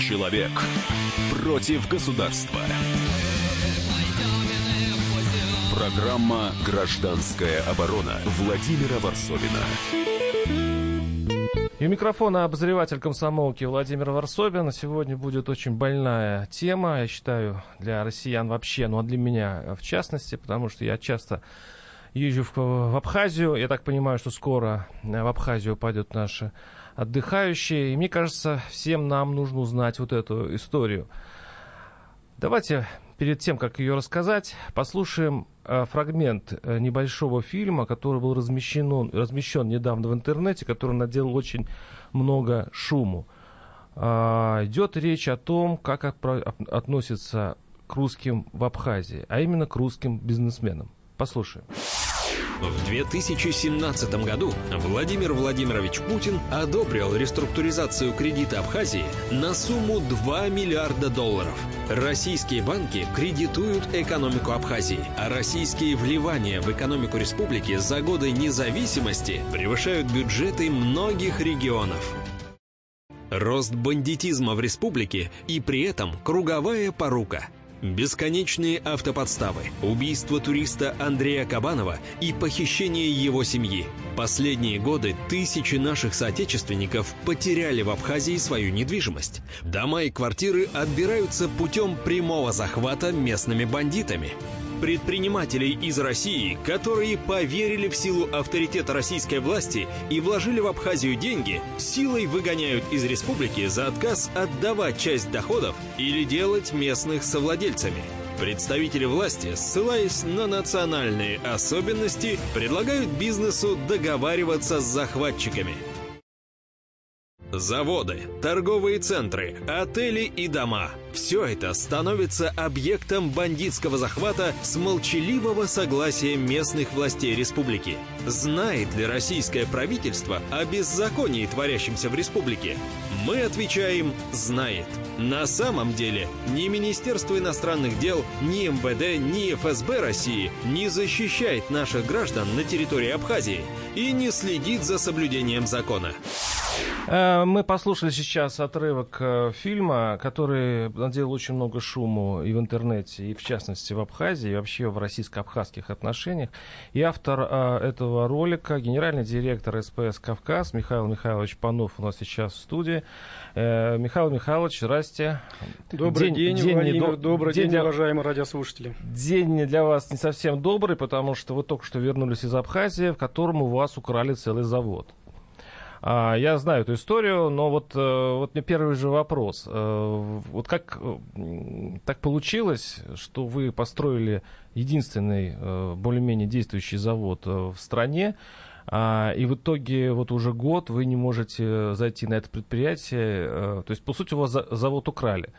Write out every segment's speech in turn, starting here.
Человек против государства. Программа «Гражданская оборона» Владимира Варсобина. И у микрофона обозреватель комсомолки Владимир Варсобин. Сегодня будет очень больная тема, я считаю, для россиян вообще, ну а для меня в частности, потому что я часто езжу в Абхазию. Я так понимаю, что скоро в Абхазию пойдут наши отдыхающие. И мне кажется, всем нам нужно узнать вот эту историю. Давайте перед тем, как ее рассказать, послушаем фрагмент небольшого фильма, который был размещен недавно в интернете, который наделал очень много шуму. Идет речь о том, как относятся к русским в Абхазии, а именно к русским бизнесменам. Послушаем. В 2017 году Владимир Владимирович Путин одобрил реструктуризацию кредита Абхазии на сумму $2 миллиарда. Российские банки кредитуют экономику Абхазии, а российские вливания в экономику республики за годы независимости превышают бюджеты многих регионов. Рост бандитизма в республике и при этом круговая порука. Бесконечные автоподставы, убийство туриста Андрея Кабанова и похищение его семьи. Последние годы тысячи наших соотечественников потеряли в Абхазии свою недвижимость. Дома и квартиры отбираются путем прямого захвата местными бандитами. Предпринимателей из России, которые поверили в силу авторитета российской власти и вложили в Абхазию деньги, силой выгоняют из республики за отказ отдавать часть доходов или делать местных совладельцами. Представители власти, ссылаясь на национальные особенности, предлагают бизнесу договариваться с захватчиками. Заводы, торговые центры, отели и дома – все это становится объектом бандитского захвата с молчаливого согласия местных властей республики. Знает ли российское правительство о беззаконии, творящемся в республике? Мы отвечаем «знает». На самом деле ни Министерство иностранных дел, ни МВД, ни ФСБ России не защищает наших граждан на территории Абхазии и не следит за соблюдением закона. Мы послушали сейчас отрывок фильма, который наделал очень много шуму и в интернете, и в частности в Абхазии, и вообще в российско-абхазских отношениях. И автор этого ролика, генеральный директор СПС «Кавказ» Михаил Михайлович Панов у нас сейчас в студии. Михаил Михайлович, здрасте. Добрый день, Владимир, добрый день, уважаемые радиослушатели. День для вас не совсем добрый, потому что вы только что вернулись из Абхазии, в котором у вас украли целый завод. Я знаю эту историю, но вот мне первый же вопрос. Вот как так получилось, что вы построили единственный более-менее действующий завод в стране, и в итоге вот уже год вы не можете зайти на это предприятие, то есть, по сути, у вас завод украли.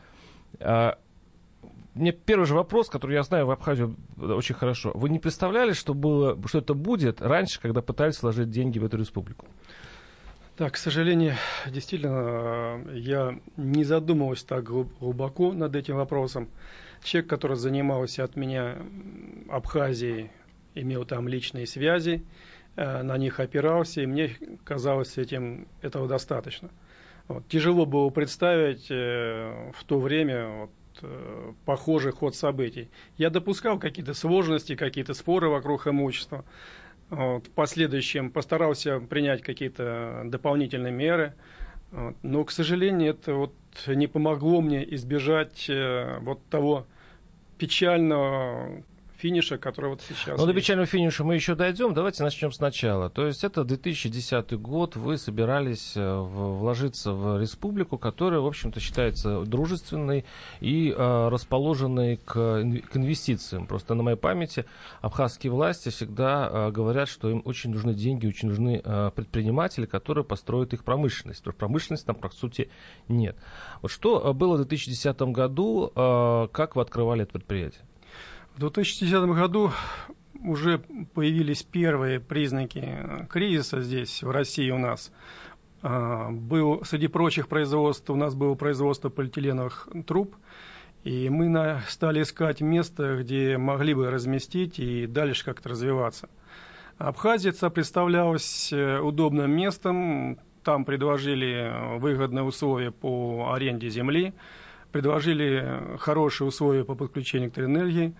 Мне первый же вопрос, который я знаю в Абхазию очень хорошо. Вы не представляли, что это будет раньше, когда пытались вложить деньги в эту республику? Так, к сожалению, действительно, я не задумывался так глубоко над этим вопросом. Человек, который занимался от меня Абхазией, имел там личные связи, на них опирался, и мне казалось, этого достаточно. Вот. Тяжело было представить в то время похожий ход событий. Я допускал какие-то сложности, какие-то споры вокруг имущества. В последующем постарался принять какие-то дополнительные меры, но, к сожалению, это не помогло мне избежать того печального финиша, который сейчас. Но до печального финиша мы еще дойдем. Давайте начнем сначала. То есть это 2010 год, вы собирались вложиться в республику, которая, в общем-то, считается дружественной и расположенной к инвестициям. Просто на моей памяти абхазские власти всегда говорят, что им очень нужны деньги, очень нужны предприниматели, которые построят их промышленность. Потому что промышленности там, по сути, нет. Вот что было в 2010 году, как вы открывали это предприятие? В 2010 году уже появились первые признаки кризиса здесь, в России у нас. Среди прочих производств у нас было производство полиэтиленовых труб, и мы стали искать место, где могли бы разместить и дальше как-то развиваться. Абхазия представлялась удобным местом, там предложили выгодные условия по аренде земли, предложили хорошие условия по подключению к электроэнергии.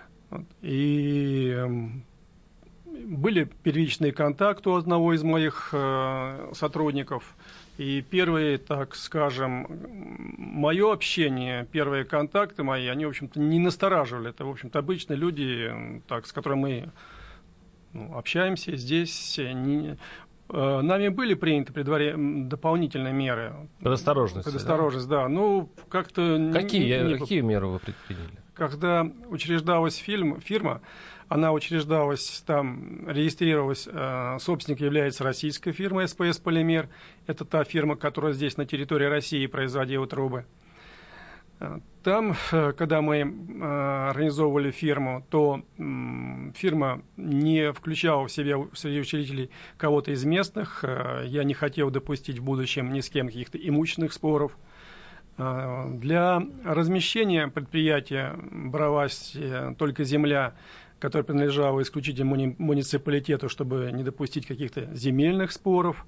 И были первичные контакты у одного из моих сотрудников. И первые, так скажем, мое общение, первые контакты мои, они, в общем-то, не настораживали. Это, в общем-то, обычные люди, так, с которыми мы общаемся здесь. Нами были приняты дополнительные меры. Предосторожность. Предосторожность, да. Ну, как-то... Какие меры вы предприняли? Когда учреждалась фирма, она учреждалась, там регистрировалась, собственник является российской фирмой СПС «Полимер». Это та фирма, которая здесь на территории России производила трубы. Там, когда мы организовывали фирму, то фирма не включала в себя среди учредителей кого-то из местных. Я не хотел допустить в будущем ни с кем каких-то имущественных споров. Для размещения предприятия бралась только земля, которая принадлежала исключительно муниципалитету, чтобы не допустить каких-то земельных споров.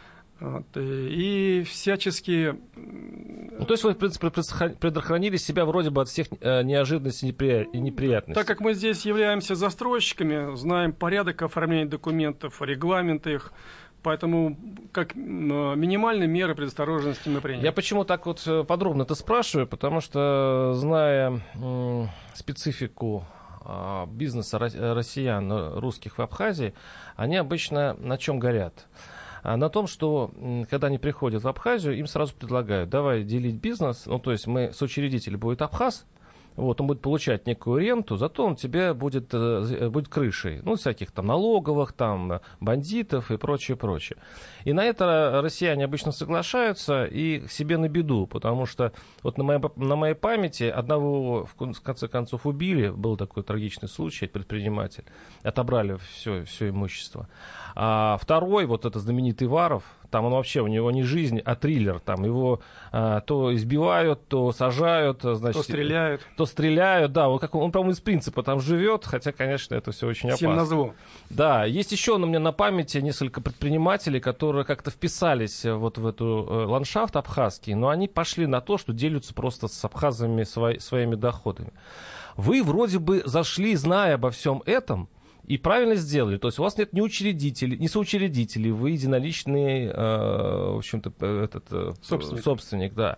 И всячески... Ну, то есть вы, в принципе, предохранили себя вроде бы от всех неожиданностей и неприятностей. Так как мы здесь являемся застройщиками, знаем порядок оформления документов, регламенты их, поэтому как минимальные меры предосторожности мы приняли. Я почему так вот подробно это спрашиваю, потому что, зная специфику бизнеса россиян, русских в Абхазии, они обычно на чем горят? На том, что когда они приходят в Абхазию, им сразу предлагают: давай делить бизнес, ну то есть соучредитель будет абхаз, вот, он будет получать некую ренту, зато он тебе будет крышей, ну, всяких там налоговых, там, бандитов и прочее. И на это россияне обычно соглашаются и себе на беду, потому что вот на моей памяти одного, в конце концов, убили, был такой трагичный случай, предприниматель, отобрали все имущество. А второй, вот этот знаменитый Варов, там он вообще, у него не жизнь, а триллер, там его то избивают, то сажают, значит, то стреляют, да, он, по-моему, из принципа там живет, хотя, конечно, это все очень опасно. Всем назло. Да, есть еще у меня на памяти несколько предпринимателей, которые как-то вписались вот в эту ландшафт абхазский, но они пошли на то, что делятся просто с абхазами своими доходами. Вы вроде бы зашли, зная обо всем этом, и правильно сделали. То есть у вас нет ни учредителей, ни соучредителей, вы единоличный, в общем-то, собственник, да.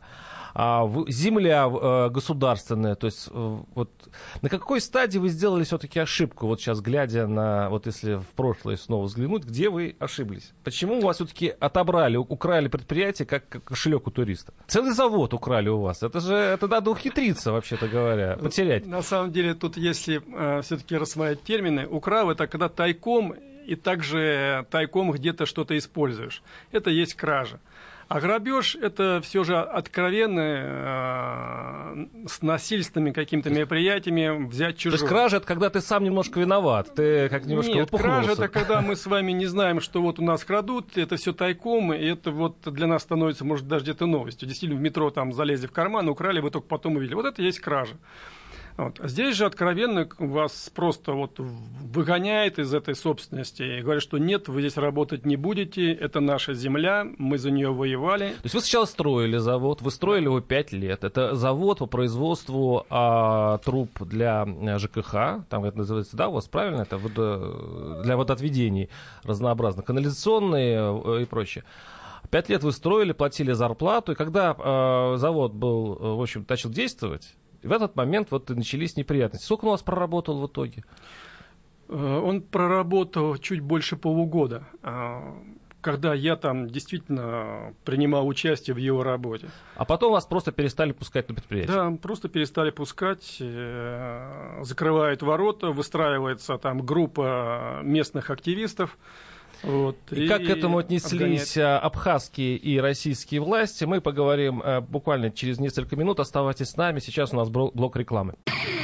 Земля государственная, то есть вот на какой стадии вы сделали все-таки ошибку, вот сейчас глядя на, вот если в прошлое снова взглянуть, где вы ошиблись? Почему у вас все-таки украли предприятие, как кошелек у туриста? Целый завод украли у вас, это надо ухитриться, вообще-то говоря, потерять. На самом деле тут, если все-таки рассмотреть термины, украл — это когда тайком и также тайком где-то что-то используешь. Это есть кража. А грабеж — это все же откровенно с насильственными какими-то мероприятиями взять чужое. То есть кража — это когда ты сам немножко виноват, ты как немножко упухнулся. Кража — это когда мы с вами не знаем, что вот у нас крадут, это все тайком, и это вот для нас становится, может, даже где-то новостью. Действительно, в метро там залезли в карман, украли, вы только потом увидели. Вот это и есть кража. Вот. А здесь же откровенно вас просто вот выгоняет из этой собственности и говорит, что нет, вы здесь работать не будете, это наша земля, мы за нее воевали. То есть вы сначала строили завод, вы строили его 5 лет. Это завод по производству труб для ЖКХ, там это называется, да, у вас правильно, это для водоотведений разнообразных, канализационные и прочее. 5 лет вы строили, платили зарплату, и когда завод был, в общем, начал действовать, в этот момент вот и начались неприятности. Сколько он у вас проработал в итоге? Он проработал чуть больше полугода, когда я там действительно принимал участие в его работе. А потом вас просто перестали пускать на предприятие? Да, просто перестали пускать, закрывают ворота, выстраивается там группа местных активистов. Вот, и как к этому отнеслись абхазские и российские власти, мы поговорим буквально через несколько минут. Оставайтесь с нами. Сейчас у нас блок рекламы.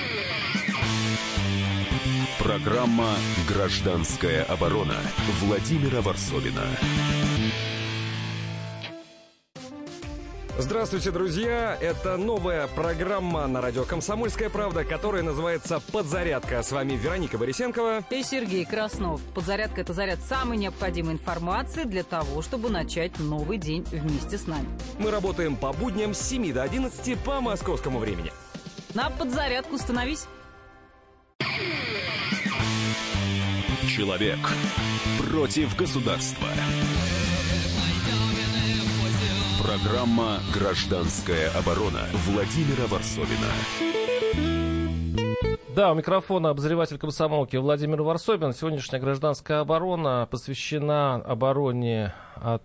Программа «Гражданская оборона» Владимира Варсовина. Здравствуйте, друзья! Это новая программа на радио «Комсомольская правда», которая называется «Подзарядка». С вами Вероника Борисенкова и Сергей Краснов. Подзарядка – это заряд самой необходимой информации для того, чтобы начать новый день вместе с нами. Мы работаем по будням с 7 до 11 по московскому времени. На подзарядку становись. Человек против государства. Программа «Гражданская оборона» Владимира Варсобина. Да, у микрофона обозреватель комсомолки Владимир Варсобин. Сегодняшняя «Гражданская оборона» посвящена обороне от,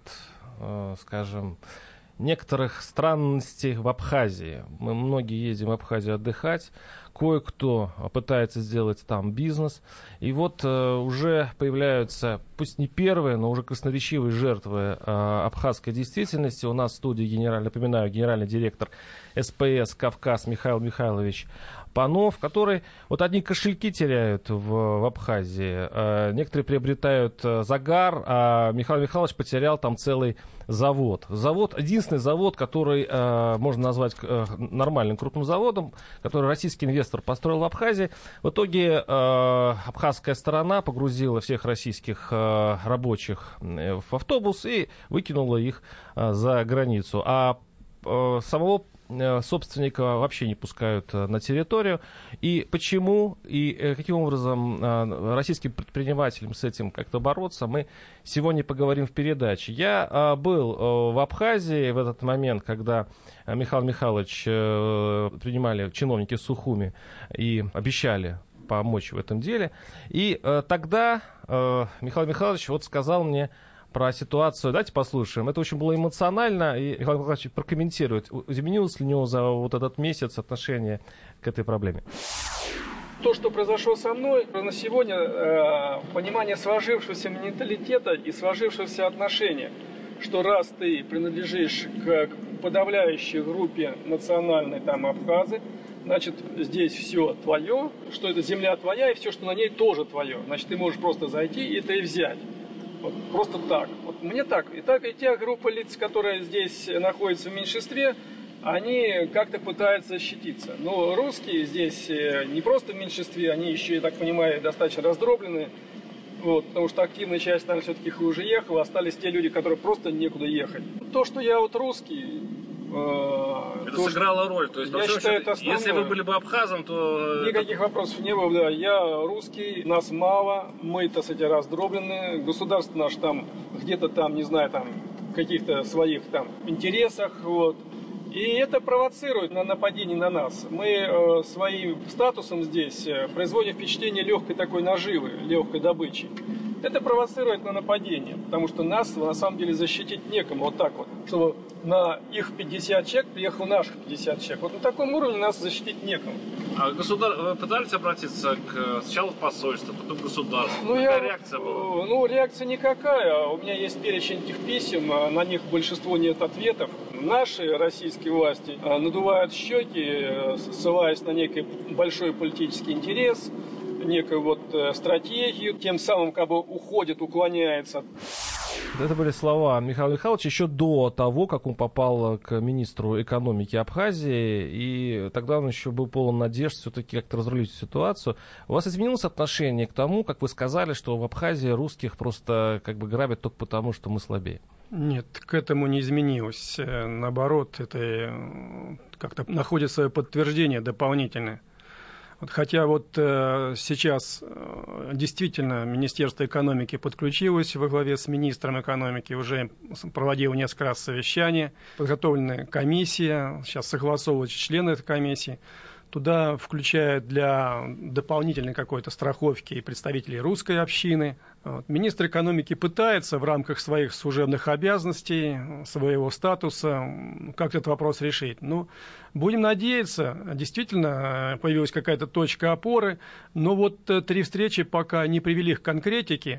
скажем, некоторых странностей в Абхазии. Мы многие ездим в Абхазию отдыхать. Кое-кто пытается сделать там бизнес. И вот уже появляются, пусть не первые, но уже красноречивые жертвы абхазской действительности. У нас в студии, генеральный директор СПС «Кавказ» Михаил Михайлович Панов, который вот одни кошельки теряют в Абхазии, некоторые приобретают загар, а Михаил Михайлович потерял там целый завод. Единственный завод, который можно назвать нормальным крупным заводом, который российский инвестор построил в Абхазии. В итоге абхазская сторона погрузила всех российских рабочих в автобус и выкинула их за границу. А самого собственника вообще не пускают на территорию. И почему и каким образом российским предпринимателям с этим как-то бороться, мы сегодня поговорим в передаче. Я был в Абхазии в этот момент, когда Михаил Михайлович принимали чиновники Сухуми и обещали помочь в этом деле. И тогда Михаил Михайлович вот сказал мне про ситуацию. Давайте послушаем. Это очень было эмоционально, и Михаил Михайлович прокомментирует, изменилось ли у него за вот этот месяц отношение к этой проблеме. То, что произошло со мной, на сегодня понимание сложившегося менталитета и сложившегося отношения, что раз ты принадлежишь к подавляющей группе национальной там абхазы, значит, здесь все твое, что эта земля твоя, и все, что на ней, тоже твое. Значит, ты можешь просто зайти и это и взять. Вот, просто так. Вот мне так. И так и те группы лиц, которые здесь находятся в меньшинстве, они как-то пытаются защититься. Но русские здесь не просто в меньшинстве, они еще, я так понимаю, достаточно раздроблены. Вот, потому что активная часть, наверное, все-таки уже ехала, остались те люди, которые просто некуда ехать. То, что я вот русский... Это сыграло роль. То есть, я считаю, это основное. Если вы были бы абхазом, то... Никаких вопросов не было, да. Я русский, нас мало, мы, так сказать, раздроблены. Государство наше там, где-то там, не знаю, там, в каких-то своих там интересах, вот. И это провоцирует на нападение на нас. Мы своим статусом здесь производим впечатление легкой такой наживы, легкой добычи. Это провоцирует на нападение, потому что нас на самом деле защитить некому, вот так вот, чтобы на их 50 человек приехал наших 50 человек. Вот на таком уровне нас защитить некому. А вы пытались обратиться сначала в посольство, потом в государство? Какая реакция была? Ну, реакция никакая. У меня есть перечень этих писем, на них большинство нет ответов. Наши российские власти надувают щеки, ссылаясь на некий большой политический интерес, некую вот стратегию, тем самым как бы уклоняется. Это были слова Михаила Михайловича еще до того, как он попал к министру экономики Абхазии, и тогда он еще был полон надежд все-таки как-то разрулить ситуацию. У вас изменилось отношение к тому, как вы сказали, что в Абхазии русских просто как бы грабят только потому, что мы слабее? Нет, к этому не изменилось. Наоборот, это как-то находит свое подтверждение дополнительное. Хотя вот сейчас действительно Министерство экономики подключилось во главе с министром экономики, уже проводило несколько раз совещания, подготовлена комиссия, сейчас согласовываются члены этой комиссии. Туда включают для дополнительной какой-то страховки представителей русской общины. Вот. Министр экономики пытается в рамках своих служебных обязанностей, своего статуса как-то этот вопрос решить. Ну, будем надеяться, действительно появилась какая-то точка опоры, но вот 3 встречи пока не привели к конкретике.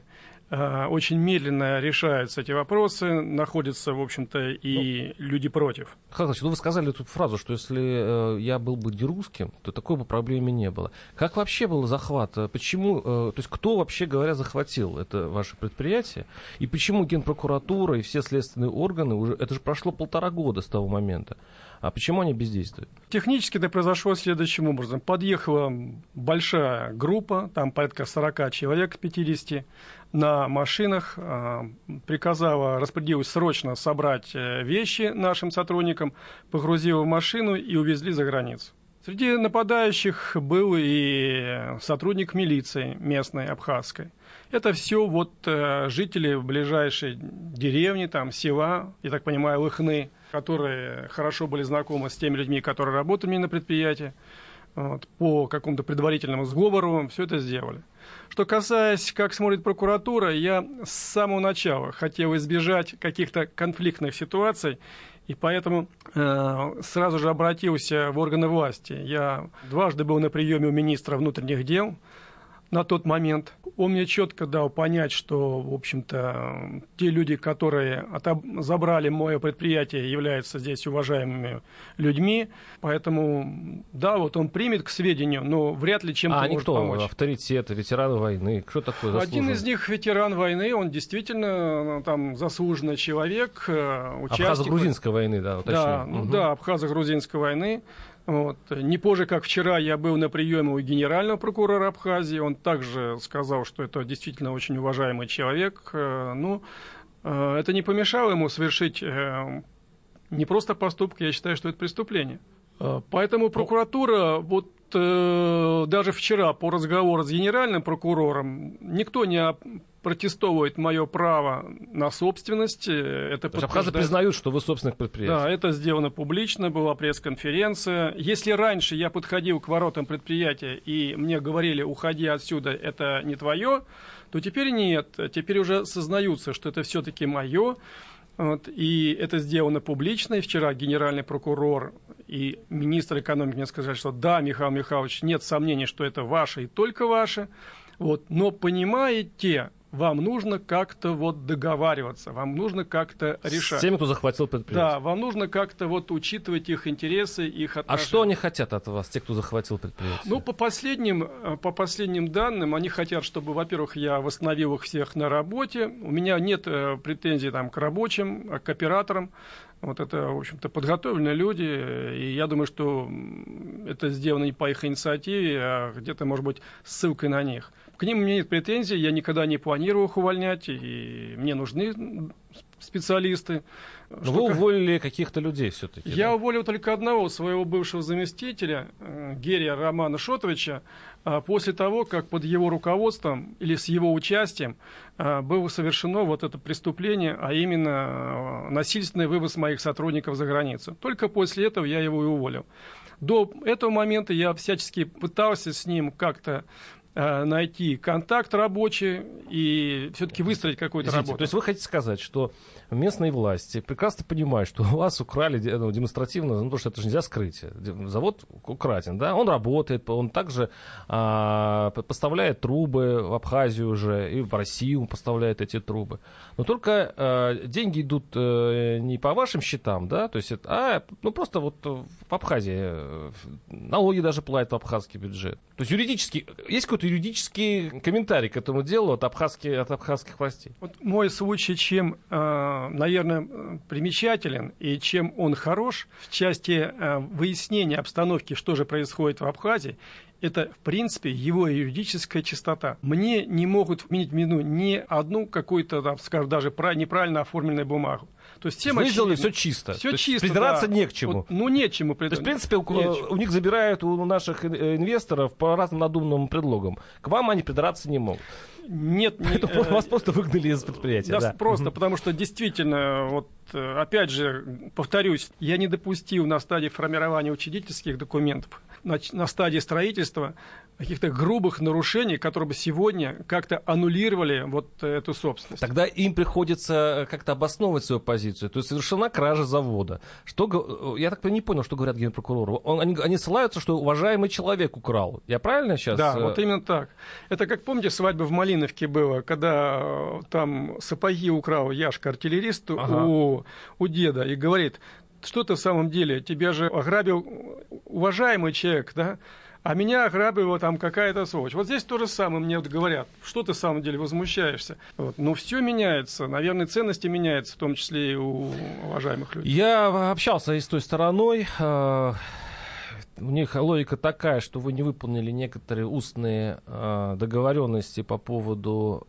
Очень медленно решаются эти вопросы, находятся, в общем-то, и люди против. Михаил, вы сказали эту фразу, что если я был бы не русским, то такой бы проблемы не было. Как вообще был захват? Почему? То есть кто, вообще говоря, захватил захватил это ваше предприятие? И почему Генпрокуратура и все следственные органы, уже это же прошло 1,5 года с того момента, а почему они бездействуют? Технически это произошло следующим образом. Подъехала большая группа, там порядка 40 человек, 50, на машинах, приказала, распорядилась срочно собрать вещи нашим сотрудникам, погрузила в машину и увезли за границу. Среди нападающих был и сотрудник милиции местной, абхазской. Это все вот жители ближайшей деревни, там, села, я так понимаю, Лыхны, которые хорошо были знакомы с теми людьми, которые работали на предприятии. Вот, по какому-то предварительному сговору все это сделали. Что касается, как смотрит прокуратура, я с самого начала хотел избежать каких-то конфликтных ситуаций, и поэтому сразу же обратился в органы власти. Я дважды был на приеме у министра внутренних дел на тот момент. Он мне четко дал понять, что, в общем-то, те люди, которые забрали мое предприятие, являются здесь уважаемыми людьми. Поэтому, да, вот он примет к сведению, но вряд ли чем-то может помочь. Авторитеты, ветераны войны, кто такой заслуженный? Один из них ветеран войны, он действительно там заслуженный человек, участник. Абхазо-грузинской войны, да, уточню. Да, Абхазо-грузинской войны. Вот. Не позже, как вчера, я был на приеме у генерального прокурора Абхазии. Он также сказал, что это действительно очень уважаемый человек. Ну, это не помешало ему совершить не просто поступок, я считаю, что это преступление. Поэтому прокуратура, вот даже вчера по разговору с генеральным прокурором, никто не протестовывает мое право на собственность. Это то есть абхазы признают, что вы собственник предприятия? Да, это сделано публично, была пресс-конференция. Если раньше я подходил к воротам предприятия и мне говорили, уходи отсюда, это не твое, то теперь нет. Теперь уже сознаются, что это все-таки мое. Вот, и это сделано публично. И вчера генеральный прокурор и министр экономики мне сказали, что да, Михаил Михайлович, нет сомнений, что это ваше и только ваше. Вот, но понимаете, вам нужно как-то вот договариваться, вам нужно как-то решать. С теми, кто захватил предприятие. Да, вам нужно как-то вот учитывать их интересы, их отношения. А что они хотят от вас, те, кто захватил предприятие? Ну, по последним данным, они хотят, чтобы, во-первых, я восстановил их всех на работе. У меня нет претензий там, к рабочим, к операторам. Вот это, в общем-то, подготовленные люди, и я думаю, что это сделано не по их инициативе, а где-то, может быть, с ссылкой на них. К ним у меня нет претензий, я никогда не планирую их увольнять, и мне нужны специалисты. Но вы уволили каких-то людей все-таки. Я уволил только одного своего бывшего заместителя, Герия Романа Шотовича, после того, как под его руководством или с его участием было совершено вот это преступление, а именно насильственный вывоз моих сотрудников за границу. Только после этого я его и уволил. До этого момента я всячески пытался с ним как-то найти контакт рабочий и все-таки выстроить какую-то работу. То есть вы хотите сказать, что местные власти прекрасно понимают, что у вас украли демонстративно, ну, потому что это же нельзя скрыть. Завод украден, да? Он работает, он также поставляет трубы в Абхазию уже, и в Россию поставляет эти трубы. Но только деньги идут не по вашим счетам, да, то есть ну, просто вот в Абхазии налоги даже платят в абхазский бюджет. То есть юридически, есть какой-то юридический комментарий к этому делу от абхазских властей? Вот мой случай, чем, наверное, примечателен и чем он хорош в части выяснения обстановки, что же происходит в Абхазии, это, в принципе, его юридическая чистота. Мне не могут вменить в вину ни одну какую-то, там, скажем, даже неправильно оформленную бумагу. То есть вы сделали все чисто. Все чисто, придраться не к чему. Вот, ну, не к чему. То есть, в принципе, у них забирают у наших инвесторов по разным надуманным предлогам. К вам они придраться не могут. Нет, вас просто выгнали из предприятия. Да, просто потому что действительно, вот опять же, повторюсь, я не допустил на стадии формирования учредительских документов, на стадии строительства каких-то грубых нарушений, которые бы сегодня как-то аннулировали вот эту собственность. Тогда им приходится как-то обосновывать свою позицию. То есть совершена кража завода. Я так не понял, что говорят генпрокурору. Они ссылаются, что уважаемый человек украл. Я правильно сейчас? Да, вот именно так. Это как, помните, свадьба в Малиновке была, когда там сапоги украл Яшка, артиллерист, у деда, и говорит: что ты в самом деле, тебя же ограбил уважаемый человек, да? А меня ограбила там какая-то сволочь. Вот здесь то же самое мне вот говорят, что ты в самом деле возмущаешься. Вот. Но все меняется, наверное, ценности меняются, в том числе и у уважаемых людей. Я общался и с той стороной. У них логика такая, что вы не выполнили некоторые устные договоренности по поводу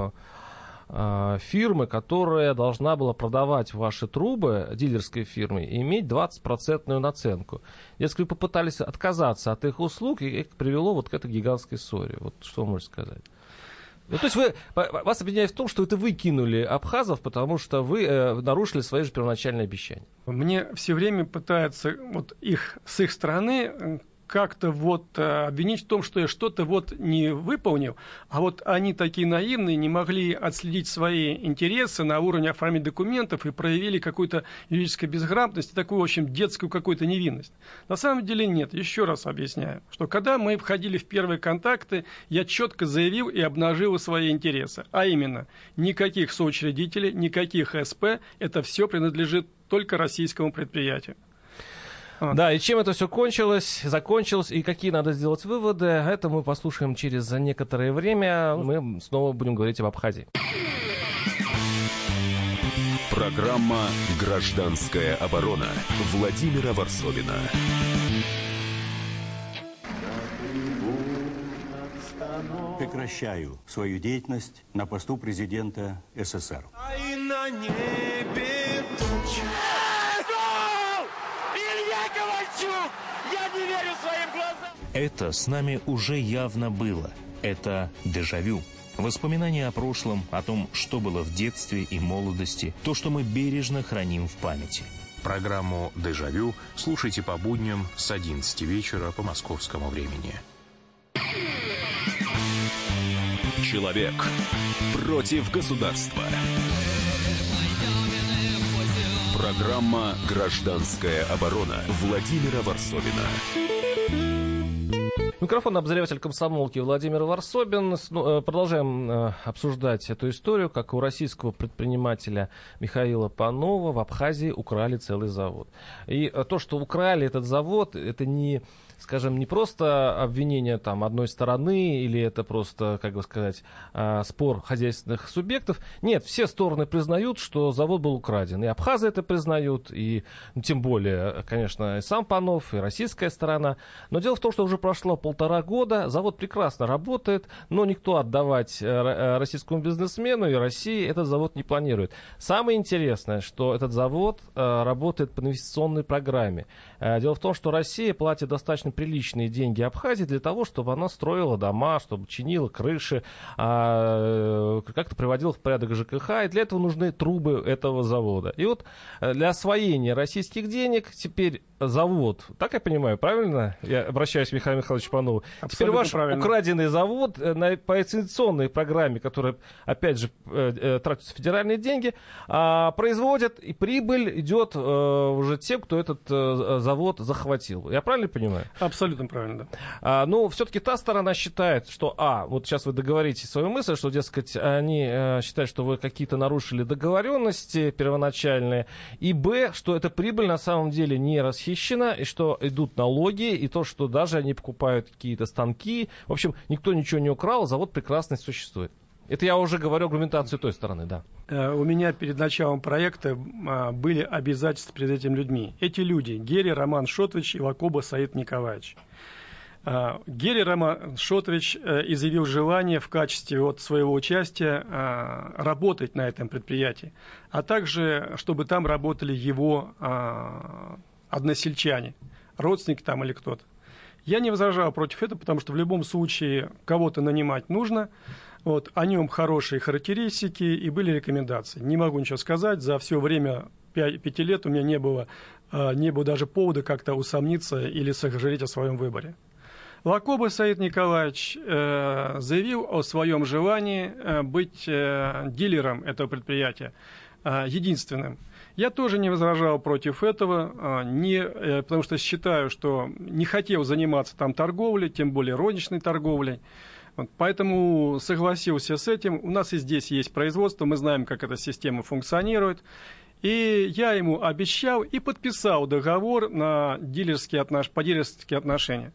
фирмы, которая должна была продавать ваши трубы, дилерской фирмы, и иметь 20% наценку. Если вы попытались отказаться от их услуг, и это привело вот к этой гигантской ссоре. Вот что вы можете сказать? Ну, то есть вас объединяет в том, что это вы кинули абхазов, потому что вы нарушили свои же первоначальные обещания. Мне все время пытаются вот с их стороны как-то вот обвинить в том, что я что-то вот не выполнил, а вот они такие наивные, не могли отследить свои интересы на уровне оформления документов и проявили какую-то юридическую безграмотность и такую, в общем, детскую какую-то невинность. На самом деле нет. Еще раз объясняю, что когда мы входили в первые контакты, я четко заявил и обнажил свои интересы. А именно, никаких соучредителей, никаких СП, это все принадлежит только российскому предприятию. Да, и чем это все закончилось, и какие надо сделать выводы, это мы послушаем через некоторое время. Мы снова будем говорить об Абхазии. Программа «Гражданская оборона» Владимира Варсовина. Прекращаю свою деятельность на посту президента СССР. Я не верю своим глазам! Это с нами уже явно было. Это дежавю. Воспоминания о прошлом, о том, что было в детстве и молодости, то, что мы бережно храним в памяти. Программу «Дежавю» слушайте по будням с 11 вечера по московскому времени. Человек против государства. Программа «Гражданская оборона» Владимира Варсовина. Микрофон обозреватель комсомолки Владимир Варсобин. Продолжаем обсуждать эту историю, как у российского предпринимателя Михаила Панова в Абхазии украли целый завод. И то, что украли этот завод, это не, скажем, не просто обвинение там одной стороны или это просто, как бы сказать, спор хозяйственных субъектов. Нет, все стороны признают, что завод был украден. И абхазы это признают, и тем более, конечно, и сам Панов, и российская сторона. Но дело в том, что уже прошло 1,5 года, завод прекрасно работает, но никто отдавать российскому бизнесмену и России этот завод не планирует. Самое интересное, что этот завод работает по инвестиционной программе. Дело в том, что Россия платит достаточно приличные деньги Абхазии для того, чтобы она строила дома, чтобы чинила крыши, как-то приводила в порядок ЖКХ, и для этого нужны трубы этого завода. И вот для освоения российских денег теперь завод, так я понимаю, правильно? Я обращаюсь к Михаилу Михайловичу Панову. Теперь ваш украденный завод по инвестиционной программе, которая, опять же, тратятся федеральные деньги, производит, и прибыль идет уже тем, кто этот завод захватил. Я правильно понимаю? Абсолютно правильно, да. Но все-таки та сторона считает, что, вот сейчас вы договорите свою мысль, что, дескать, они считают, что вы какие-то нарушили договоренности первоначальные, и, что эта прибыль на самом деле не расхищена, и что идут налоги, и то, что даже они покупают какие-то станки. В общем, никто ничего не украл, завод прекрасно существует. Это я уже говорю аргументацию той стороны, да. У меня перед началом проекта были обязательства перед этими людьми. Эти люди — Герри Роман Шотович и Лакоба Саид Николаевич. Герри Роман Шотович изъявил желание в качестве своего участия работать на этом предприятии, а также, чтобы там работали его односельчане, родственники там или кто-то. Я не возражал против этого, потому что в любом случае кого-то нанимать нужно. О нем хорошие характеристики и были рекомендации. Не могу ничего сказать. За все время 5 лет у меня не было даже повода как-то усомниться или сожалеть о своем выборе. Лакоба Саид Николаевич заявил о своем желании быть дилером этого предприятия, единственным. Я тоже не возражал против этого, потому что считаю, что не хотел заниматься там торговлей, тем более розничной торговлей. Поэтому согласился с этим. У нас и здесь есть производство, мы знаем, как эта система функционирует. И я ему обещал и подписал договор по дилерские отношения.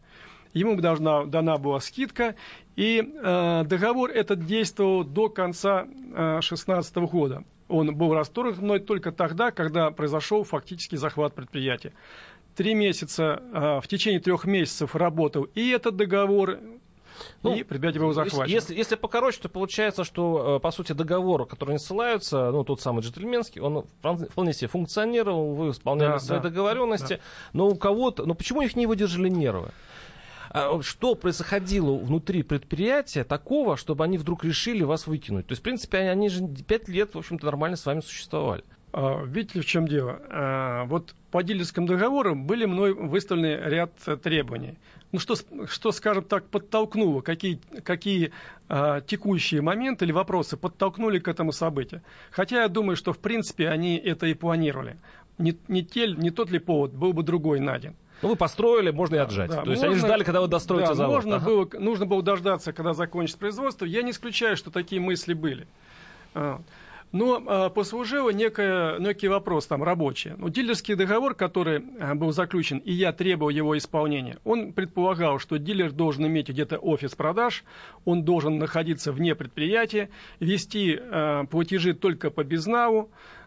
ему дана была скидка, и договор этот действовал до конца 2016 года. Он был расторгнут мной только тогда, когда произошел фактически захват предприятия. 3 месяца, в течение 3 месяцев работал и этот договор, и предприятие было захвачено. Если покороче, то получается, что, по сути, договор, который они ссылаются, тот самый джентльменский, он вполне себе функционировал, вы исполняли свои договоренности, но у кого-то... Но почему их не выдержали нервы? Что происходило внутри предприятия такого, чтобы они вдруг решили вас выкинуть? То есть, в принципе, они же 5 лет, в общем-то, нормально с вами существовали. Видите ли, в чем дело? Вот по дилерским договорам были мной выставлены ряд требований. Что, скажем так, подтолкнуло, какие текущие моменты или вопросы подтолкнули к этому событию. Хотя я думаю, что, в принципе, они это и планировали. Не тот ли повод, был бы другой найден. Вы построили, можно и отжать. То есть они ждали, когда вы достроите завод. Нужно было дождаться, когда закончится производство. Я не исключаю, что такие мысли были. Но послужило некий вопрос там рабочий. Дилерский договор, который был заключен, и я требовал его исполнения, он предполагал, что дилер должен иметь где-то офис продаж, он должен находиться вне предприятия, вести платежи только по безналу.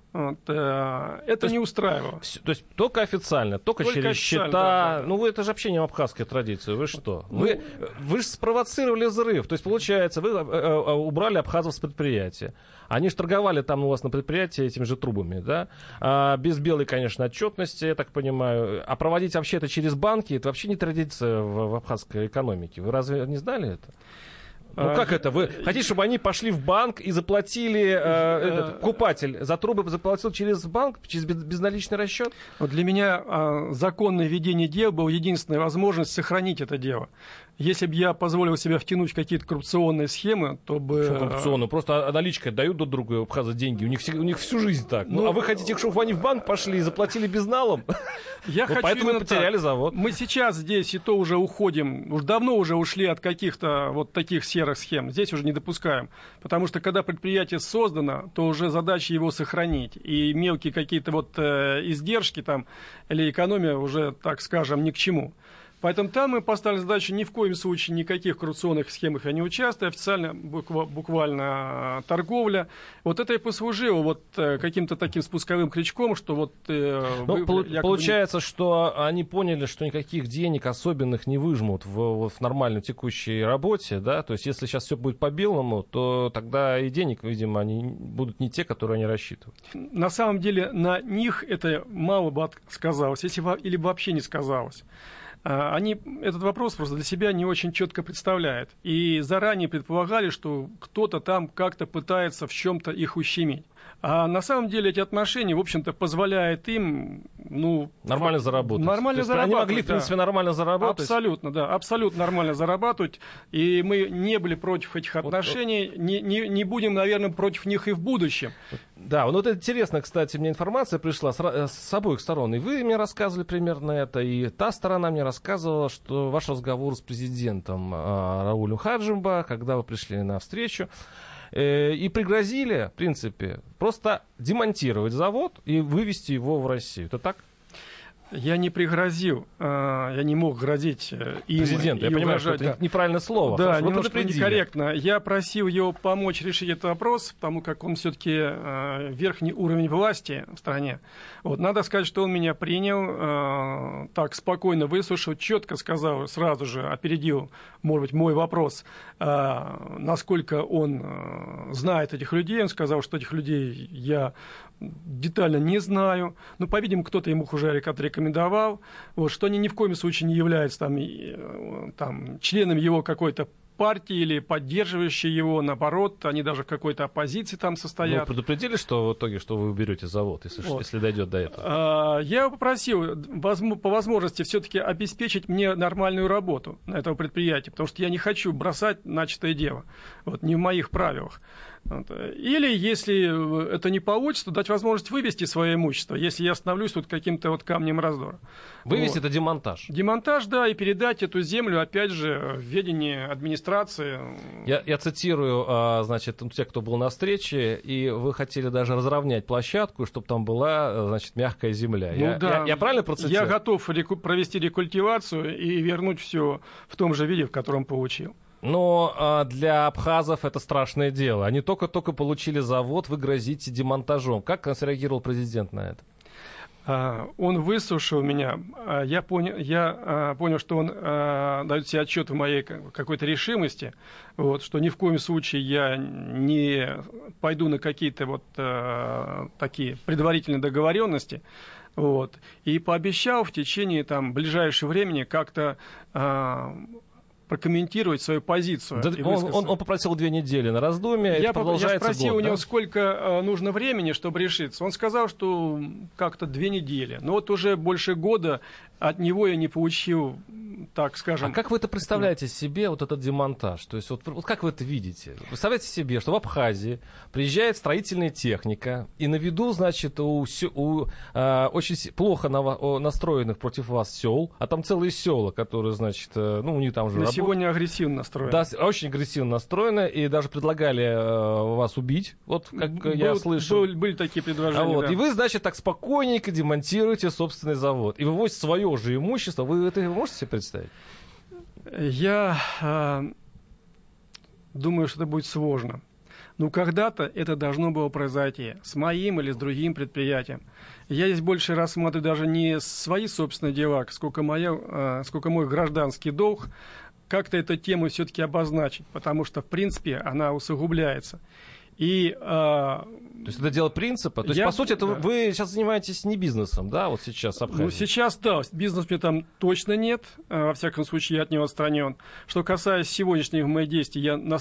Это не устраивало. То есть только официально, только через счета. Да. Это же вообще не абхазская традиция. Вы что? Вы же спровоцировали взрыв. То есть, получается, вы убрали абхазов с предприятия. Они же торговали там у вас на предприятии этими же трубами, да? Без белой, конечно, отчетности, я так понимаю. А проводить вообще это через банки, это вообще не традиция в абхазской экономике. Вы разве не знали это? Как это? Вы хотите, чтобы они пошли в банк и заплатили, покупатель за трубы заплатил через банк, через безналичный расчет? Для меня законное ведение дел было единственная возможность сохранить это дело. Если бы я позволил себе втянуть в какие-то коррупционные схемы, то бы... Что коррупционно? Просто наличкой дают друг другу абхазы деньги. У них всю жизнь так. А вы хотите, чтобы они в банк пошли и заплатили безналом? Я хочу поэтому потеряли завод. Мы сейчас здесь и то уже уходим, уж давно уже ушли от каких-то вот таких серых схем. Здесь уже не допускаем. Потому что когда предприятие создано, то уже задача его сохранить. И мелкие какие-то издержки там или экономия уже, так скажем, ни к чему. Поэтому там мы поставили задачу ни в коем случае никаких коррупционных схемах я не участвую, официально буквально торговля. Это и послужило каким-то таким спусковым крючком, что получается, что они поняли, что никаких денег особенных не выжмут в нормальной текущей работе, да? То есть если сейчас все будет по-белому, то тогда и денег, видимо, они будут не те, которые они рассчитывают. На самом деле на них это мало бы сказалось, или вообще не сказалось. Они этот вопрос просто для себя не очень четко представляют. И заранее предполагали, что кто-то там как-то пытается в чем-то их ущемить. А на самом деле эти отношения, в общем-то, позволяют им, нормально заработать. Они могли, в принципе, нормально заработать. Абсолютно, да, абсолютно нормально зарабатывать. И мы не были против этих отношений, не будем, наверное, против них и в будущем. Да, это интересно, кстати, мне информация пришла с обоих сторон. И вы мне рассказывали примерно это, и та сторона мне рассказывала, что ваш разговор с президентом Раулем Хаджимба, когда вы пришли на встречу, и пригрозили, в принципе, просто демонтировать завод и вывести его в Россию. Это так? Я не пригрозил, я не мог грозить им. Президенту, я понимаю, что это неправильное слово. Да, немножко некорректно. Я просил его помочь решить этот вопрос, потому как он все-таки верхний уровень власти в стране. Надо сказать, что он меня принял, так спокойно выслушал, четко сказал, сразу же опередил, может быть, мой вопрос, насколько он знает этих людей. Он сказал, что этих людей я детально не знаю. По-видимому, кто-то ему уже рекомендовал, что они ни в коем случае не являются там членами его какой-то партии или поддерживающие его, наоборот, они даже в какой-то оппозиции там состоят. Вы предупредили, что в итоге, что вы уберете завод, если дойдет до этого? Я его попросил по возможности все-таки обеспечить мне нормальную работу на этом предприятии, потому что я не хочу бросать начатое дело. Не в моих правилах. Или, если это не получится, дать возможность вывести свое имущество, если я становлюсь тут каким-то вот камнем раздора. Вывести — это демонтаж. Демонтаж, да, и передать эту землю, опять же, в ведение администрации. Я цитирую, значит, тех, кто был на встрече, и вы хотели даже разровнять площадку, чтобы там была, значит, мягкая земля. Я правильно процитирую? Я готов провести рекультивацию и вернуть все в том же виде, в котором получил. Но для абхазов это страшное дело. Они только-только получили завод, вы грозите демонтажом. Как среагировал президент на это? Он выслушал меня. Я понял, что он дает себе отчет в моей какой-то решимости, вот, что ни в коем случае я не пойду на какие-то вот такие предварительные договоренности. Вот, и пообещал в течение ближайшего времени как-то прокомментировать свою позицию. Да, он попросил 2 недели на раздумье. Я продолжается спросил год, у него, да? сколько нужно времени, чтобы решиться. Он сказал, что как-то 2 недели. Но вот уже больше года от него я не получил, так скажем... А как вы это представляете себе, вот этот демонтаж? То есть вот как вы это видите? Представляете себе, что в Абхазии приезжает строительная техника, и на виду, значит, у очень плохо настроенных против вас сел, а там целые села, которые, значит, у них там уже работают. Сегодня агрессивно настроены. Да, очень агрессивно настроены, и даже предлагали вас убить, вот как я слышал. Были такие предложения, да. И вы, значит, так спокойненько демонтируете собственный завод. И вывозите свое же имущество. Вы это можете себе представить? Я думаю, что это будет сложно. Но когда-то это должно было произойти с моим или с другим предприятием. Я здесь больше рассматриваю даже не свои собственные дела, сколько мой гражданский долг, как-то эту тему все-таки обозначить, потому что, в принципе, она усугубляется. То есть это дело принципа? То есть, по сути, это вы сейчас занимаетесь не бизнесом, да, вот сейчас Абхазия? Ну, сейчас, да, бизнес мне там точно нет, во всяком случае, я от него отстранен. Что касается сегодняшних моих действий,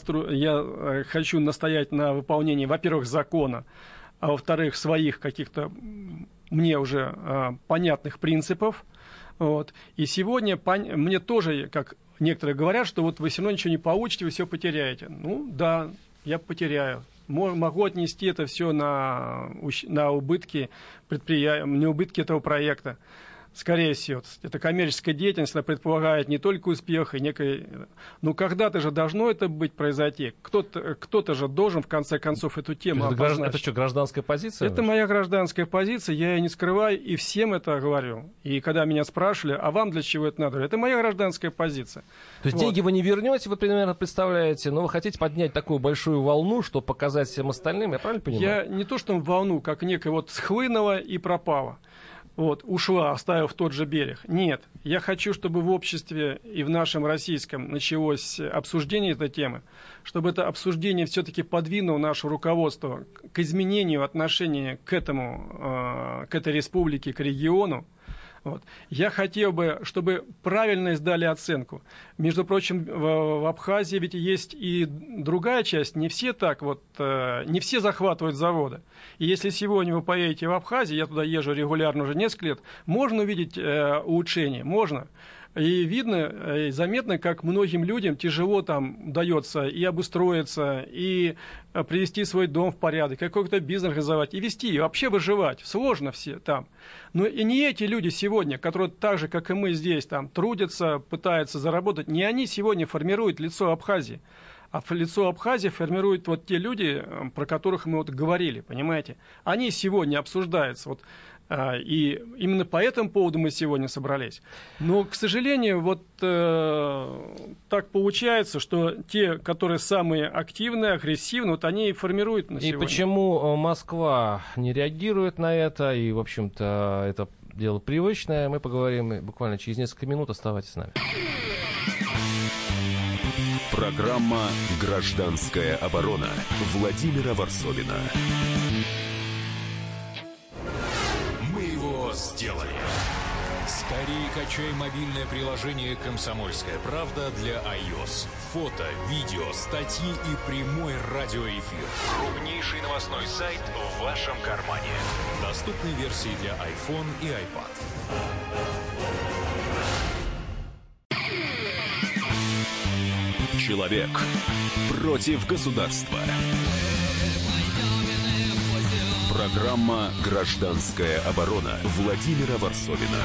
я хочу настоять на выполнении, во-первых, закона, а во-вторых, своих каких-то мне уже понятных принципов. Вот. И сегодня мне тоже, как некоторые говорят, что вот вы все равно ничего не получите, вы все потеряете. Ну, да, я потеряю. Могу отнести это все на убытки предприятия, не убытки этого проекта. Скорее всего, это коммерческая деятельность, она предполагает не только успех, и некое... Но когда-то же должно это произойти. Кто-то же должен, в конце концов, эту тему обозначить. Это что, гражданская позиция? Это моя гражданская позиция, я ее не скрываю, и всем это говорю. И когда меня спрашивали, а вам для чего это надо? Это моя гражданская позиция. То есть деньги вы не вернете, вы примерно представляете, но вы хотите поднять такую большую волну, чтобы показать всем остальным, я правильно понимаю? Я не то, что волну, как некая вот схлынула и пропала. Вот, ушла, оставив тот же берег. Нет, я хочу, чтобы в обществе и в нашем российском началось обсуждение этой темы, чтобы это обсуждение все-таки подвинуло наше руководство к изменению отношения к этой республике, к региону. Вот. Я хотел бы, чтобы правильно сдали оценку. Между прочим, в Абхазии ведь есть и другая часть. Не все не все захватывают заводы. И если сегодня вы поедете в Абхазию, я туда езжу регулярно уже несколько лет, можно увидеть улучшение, можно. И видно, и заметно, как многим людям тяжело там удается и обустроиться, и привести свой дом в порядок, какой-то бизнес организовать, и вести, и вообще выживать. Сложно все там. Но и не эти люди сегодня, которые так же, как и мы здесь, там трудятся, пытаются заработать, не они сегодня формируют лицо Абхазии. А лицо Абхазии формируют вот те люди, про которых мы вот говорили, понимаете? Они сегодня обсуждаются. Вот, и именно по этому поводу мы сегодня собрались. Но, к сожалению, вот так получается, что те, которые самые активные, агрессивные, вот они и формируют на сегодня. И почему Москва не реагирует на это, и, в общем-то, это дело привычное, мы поговорим буквально через несколько минут. Оставайтесь с нами. Программа «Гражданская оборона» Владимира Варсовина. Мы его сделали. Скорее качай мобильное приложение «Комсомольская правда» для iOS. Фото, видео, статьи и прямой радиоэфир. Крупнейший новостной сайт в вашем кармане. Доступны версии для iPhone и iPad. Человек против государства. Программа «Гражданская оборона» Владимира Варсобина.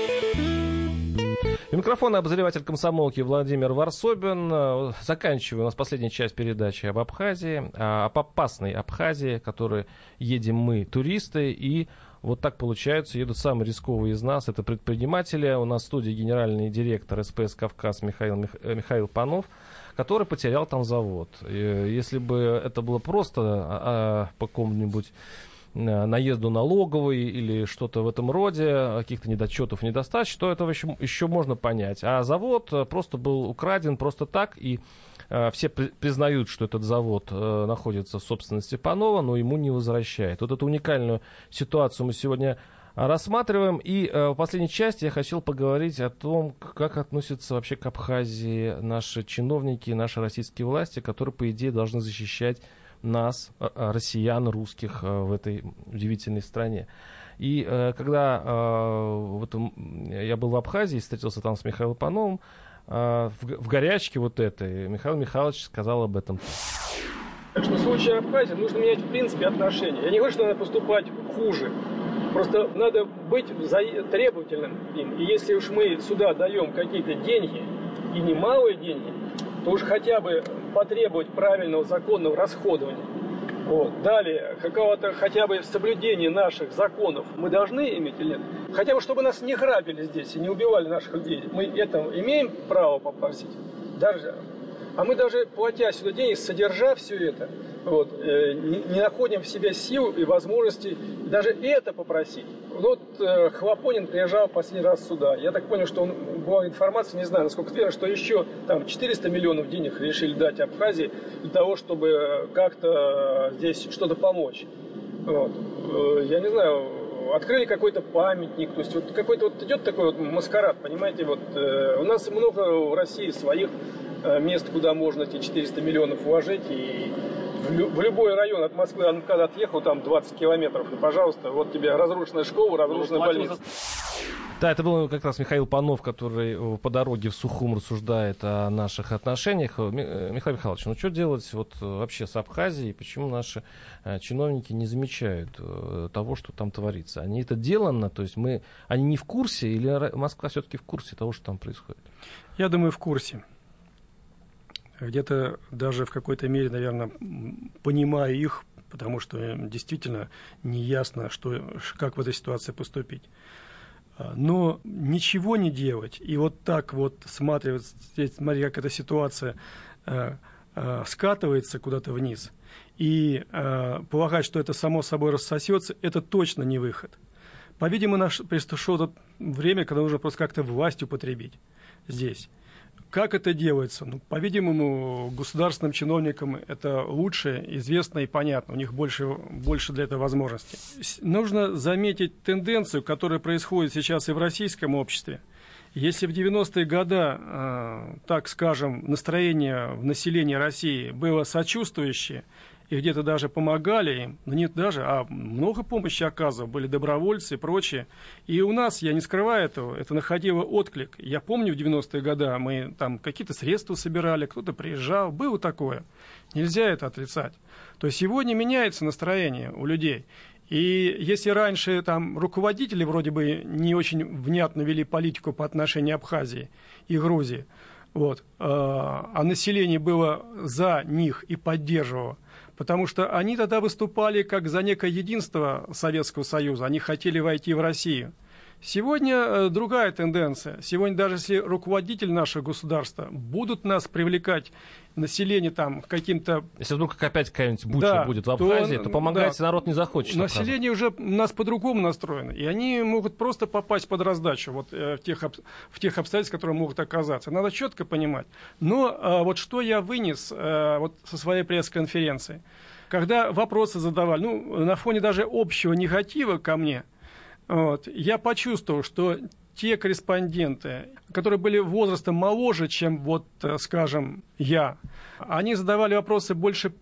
У микрофона обозреватель комсомолки Владимир Варсобин. Заканчиваю у нас последняя часть передачи об Абхазии, об опасной Абхазии, в которой едем мы, туристы, и вот так получается, едут самые рисковые из нас, это предприниматели. У нас в студии генеральный директор СПС «Кавказ» Михаил Панов, который потерял там завод. Если бы это было просто по какому-нибудь наезду налоговой или что-то в этом роде, каких-то недочетов, недостач, то этого еще можно понять. А завод просто был украден просто так, и все признают, что этот завод находится в собственности Панова, но ему не возвращают. Вот эту уникальную ситуацию мы сегодня рассматриваем. И в последней части я хотел поговорить о том, как относятся вообще к Абхазии наши чиновники, наши российские власти, которые, по идее, должны защищать нас, россиян, русских, в этой удивительной стране. И когда я был в Абхазии, встретился там с Михаилом Пановым, в горячке вот этой Михаил Михайлович сказал об этом. Так что в случае Абхазии нужно менять в принципе отношения. Я не говорю, что надо поступать хуже. Просто надо быть требовательным им. И если уж мы сюда даем какие-то деньги, и немалые деньги, то уж хотя бы потребовать правильного законного расходования. Вот. Далее, какого-то хотя бы соблюдения наших законов мы должны иметь или нет? Хотя бы, чтобы нас не грабили здесь и не убивали наших людей. Мы это имеем право попросить? А мы даже, платя сюда денег, содержа все это, вот, не находим в себе сил и возможности даже это попросить. Вот Хлопонин приезжал последний раз сюда. Я так понял, что была информация, не знаю, насколько верно, что еще там 400 миллионов денег решили дать Абхазии для того, чтобы как-то здесь что-то помочь. Вот. Я не знаю, открыли какой-то памятник, то есть вот какой-то вот идет такой вот маскарад, понимаете, вот у нас много в России своих мест, куда можно эти 400 миллионов вложить, и в любой район от Москвы, когда отъехал, там 20 километров, и, пожалуйста, вот тебе разрушенная школа, разрушенная больница. Да, это был как раз Михаил Панов, который по дороге в Сухум рассуждает о наших отношениях. Михаил Михайлович, ну что делать вот вообще с Абхазией? Почему наши чиновники не замечают того, что там творится? Они это делано, то есть они не в курсе, или Москва все-таки в курсе того, что там происходит? Я думаю, в курсе. Где-то даже в какой-то мере, наверное, понимаю их, потому что действительно неясно, как в этой ситуации поступить. Но ничего не делать и вот так вот смотри, как эта ситуация скатывается куда-то вниз, и полагать, что это само собой рассосется, это точно не выход. По-видимому, пришло время, когда нужно просто как-то власть употребить здесь. Как это делается? Ну, по-видимому, государственным чиновникам это лучше, известно и понятно. У них больше для этого возможностей. Нужно заметить тенденцию, которая происходит сейчас и в российском обществе. Если в 90-е годы, так скажем, настроение в населении России было сочувствующее, и где-то даже помогали им, но нет даже, а много помощи оказывали, были добровольцы и прочее. И у нас, я не скрываю этого, это находило отклик. Я помню, в 90-е годы мы там какие-то средства собирали, кто-то приезжал, было такое. Нельзя это отрицать. То есть сегодня меняется настроение у людей. И если раньше там руководители вроде бы не очень внятно вели политику по отношению к Абхазии и Грузии, вот, а население было за них и поддерживало, потому что они тогда выступали как за некое единство Советского Союза, они хотели войти в Россию. Сегодня другая тенденция. Сегодня даже если руководители нашего государства будут нас привлекать, население там каким-то... Если вдруг опять какая-нибудь буча будет в Абхазии, то помогать народ не захочет. Население уже у нас по-другому настроено, и они могут просто попасть под раздачу вот, в тех обстоятельствах, которые могут оказаться. Надо четко понимать. Но вот что я вынес вот со своей пресс-конференции. Когда вопросы задавали, на фоне даже общего негатива ко мне, вот, я почувствовал, что те корреспонденты, которые были возрастом моложе, чем, вот, скажем, я, они задавали вопросы больше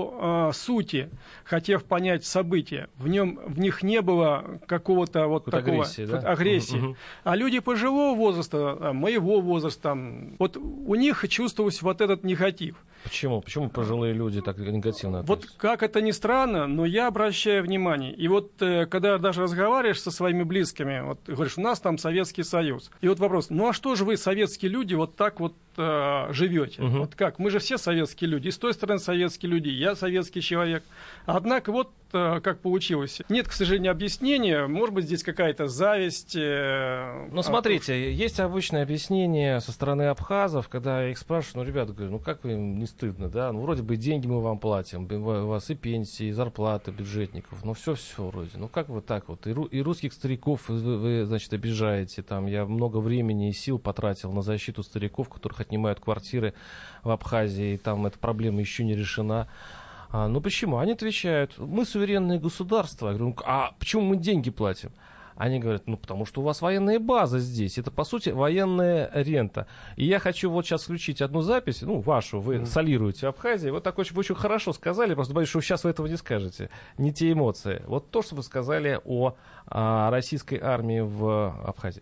по сути, хотев понять события. В них не было какого-то вот такого агрессии. А люди пожилого возраста, моего возраста, вот у них чувствовался вот этот негатив. Почему? Почему пожилые люди так негативно относятся? Вот как это ни странно, но я обращаю внимание. И вот когда даже разговариваешь со своими близкими, вот говоришь, у нас там Советский Союз. И вот вопрос, ну а что же вы, советские люди, вот так вот живете? Вот как? Мы же все советские люди. И с той стороны советские люди, я советский человек. Однако вот как получилось. Нет, к сожалению, объяснения. Может быть, здесь какая-то зависть. Ну, смотрите, есть обычное объяснение со стороны абхазов, когда я их спрашиваю, ну, ребята, говорю, ну, как им не стыдно, да? Ну, вроде бы деньги мы вам платим, у вас и пенсии, и зарплаты бюджетников, ну, все вроде. Ну, как вы так вот? И русских стариков вы, значит, обижаете. Там я много времени и сил потратил на защиту стариков, которых отнимают квартиры в Абхазии, и там эта проблема еще не решена. Ну почему? Они отвечают, мы суверенное государство. Я говорю, ну, а почему мы деньги платим? Они говорят, ну потому что у вас военная база здесь. Это, по сути, военная рента. И я хочу вот сейчас включить одну запись, ну, вашу, вы солируете Абхазии. Вот так очень хорошо сказали, просто боюсь, что сейчас вы этого не скажете. Не те эмоции. Вот то, что вы сказали о российской армии в Абхазии.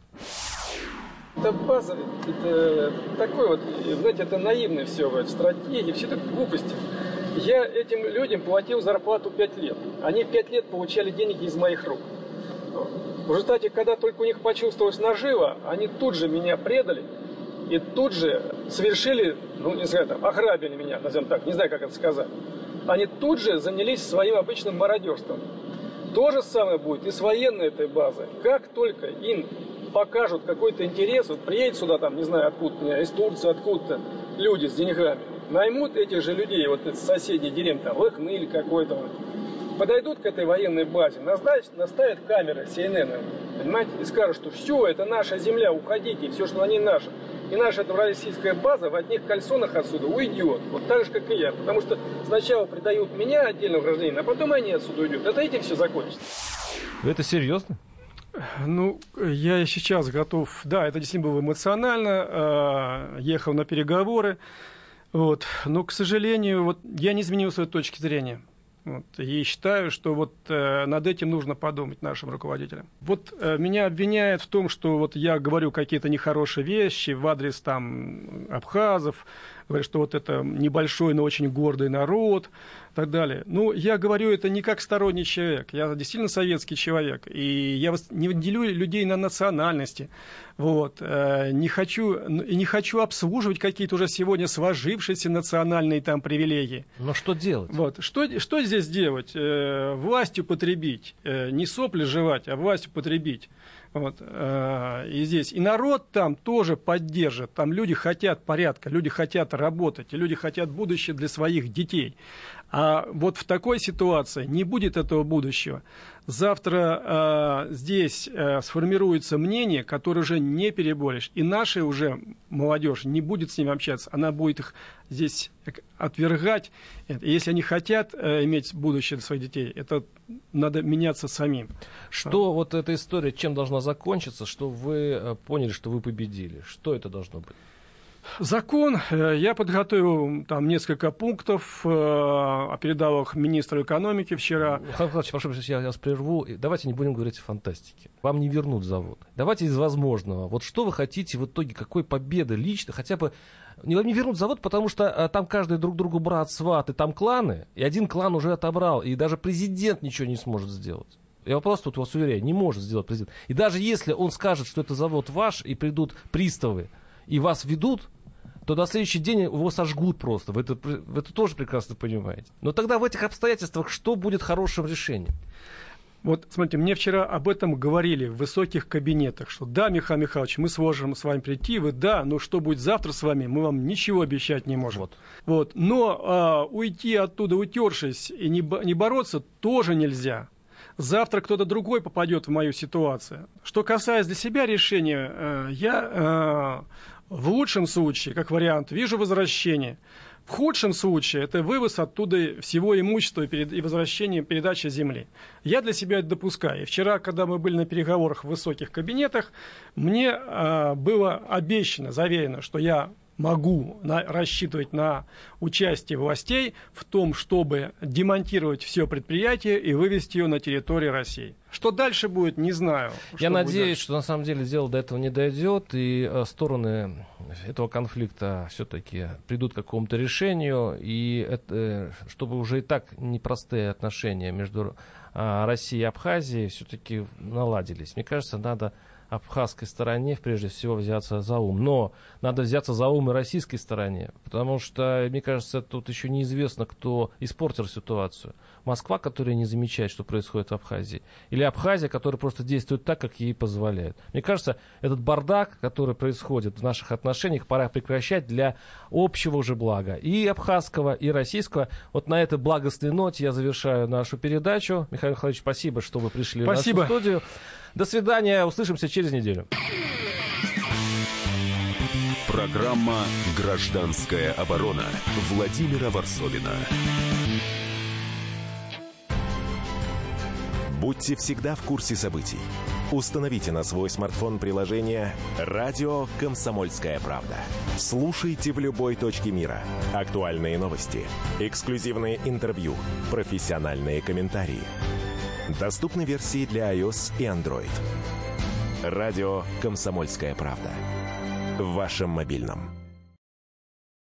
Это база, это такой вот, знаете, это наивное все, в стратегии, все это глупости. Я этим людям платил зарплату 5 лет. Они 5 лет получали деньги из моих рук. В результате, когда только у них почувствовалась нажива, они тут же меня предали и тут же совершили, ну, не знаю, там, ограбили меня, назовем так, не знаю, как это сказать. Они тут же занялись своим обычным мародерством. То же самое будет и с военной этой базой. Как только им покажут какой-то интерес, вот приедет сюда, там, не знаю, откуда, из Турции, откуда-то люди с деньгами, наймут этих же людей, вот из соседней деревни, там, Лыхны или какой-то, подойдут к этой военной базе, наставят камеры CNN, понимаете, и скажут, что все, это наша земля, уходите, все, что они наши. И наша эта российская база в одних кальсонах отсюда уйдет, вот так же, как и я. Потому что сначала предают меня, отдельного гражданина, а потом они отсюда уйдут. Это этим все закончится. Это серьезно? Ну, я сейчас готов, да, это действительно было эмоционально, ехал на переговоры. Вот. Но, к сожалению, вот, я не изменил своей точки зрения. Вот. И считаю, что вот, над этим нужно подумать нашим руководителям. Вот меня обвиняют в том, что вот, я говорю какие-то нехорошие вещи в адрес там, абхазов, говорят, что вот это небольшой, но очень гордый народ и так далее. Ну, я говорю это не как сторонний человек, я действительно советский человек, и я не делю людей на национальности, вот, не хочу обслуживать какие-то уже сегодня сложившиеся национальные там привилегии. Но что делать? Вот, что здесь делать? Властью потребить, не сопли жевать, а властью потребить. Вот, и здесь. И народ там тоже поддержит. Там люди хотят порядка, люди хотят работать, и люди хотят будущее для своих детей. А вот в такой ситуации не будет этого будущего. Завтра здесь сформируется мнение, которое уже не переборешь. И наша уже молодежь не будет с ними общаться. Она будет их здесь отвергать. И если они хотят иметь будущее для своих детей, это надо меняться самим. Что вот эта история, чем должна закончиться, что вы поняли, что вы победили? Что это должно быть? Закон. Я подготовил там несколько пунктов, передал их министру экономики вчера. Прошу, я вас прерву. Давайте не будем говорить о фантастике. Вам не вернут завод. Давайте из возможного. Вот что вы хотите в итоге, какой победы лично, хотя бы... Вам не вернут завод, потому что там каждый друг другу брат, сват, и там кланы, и один клан уже отобрал, и даже президент ничего не сможет сделать. Я просто тут вас уверяю, не может сделать президент. И даже если он скажет, что это завод ваш, и придут приставы, и вас ведут, то до следующий день его сожгут просто. Вы это тоже прекрасно понимаете. Но тогда в этих обстоятельствах что будет хорошим решением? Вот, смотрите, мне вчера об этом говорили в высоких кабинетах, что да, Михаил Михайлович, мы сможем с вами прийти, вы да, но что будет завтра с вами, мы вам ничего обещать не можем. Вот. Но уйти оттуда, утершись, и не бороться, тоже нельзя. Завтра кто-то другой попадет в мою ситуацию. Что касается для себя решения, я в лучшем случае, как вариант, вижу возвращение. В худшем случае это вывоз оттуда всего имущества и возвращение, передача земли. Я для себя это допускаю. И вчера, когда мы были на переговорах в высоких кабинетах, мне было обещано, заверено, что я могу рассчитывать на участие властей в том, чтобы демонтировать все предприятие и вывести его на территорию России. Что дальше будет, не знаю. Я надеюсь, что на самом деле дело до этого не дойдет, и стороны этого конфликта все-таки придут к какому-то решению, и это, чтобы уже и так непростые отношения между Россией и Абхазией все-таки наладились. Мне кажется, надо абхазской стороне прежде всего взяться за ум. Но надо взяться за ум и российской стороне, потому что, мне кажется, тут еще неизвестно, кто испортил ситуацию. Москва, которая не замечает, что происходит в Абхазии, или Абхазия, которая просто действует так, как ей позволяет. Мне кажется, этот бардак, который происходит в наших отношениях, пора прекращать для общего же блага. И абхазского, и российского. Вот на этой благостной ноте я завершаю нашу передачу. Михаил Михайлович, спасибо, что вы пришли в нашу студию. До свидания, услышимся через неделю. Программа «Гражданская оборона» Владимира Варсобина. Будьте всегда в курсе событий. Установите на свой смартфон приложение «Радио Комсомольская правда». Слушайте в любой точке мира. Актуальные новости, эксклюзивные интервью, профессиональные комментарии. Доступны версии для iOS и Android. Радио «Комсомольская правда». В вашем мобильном.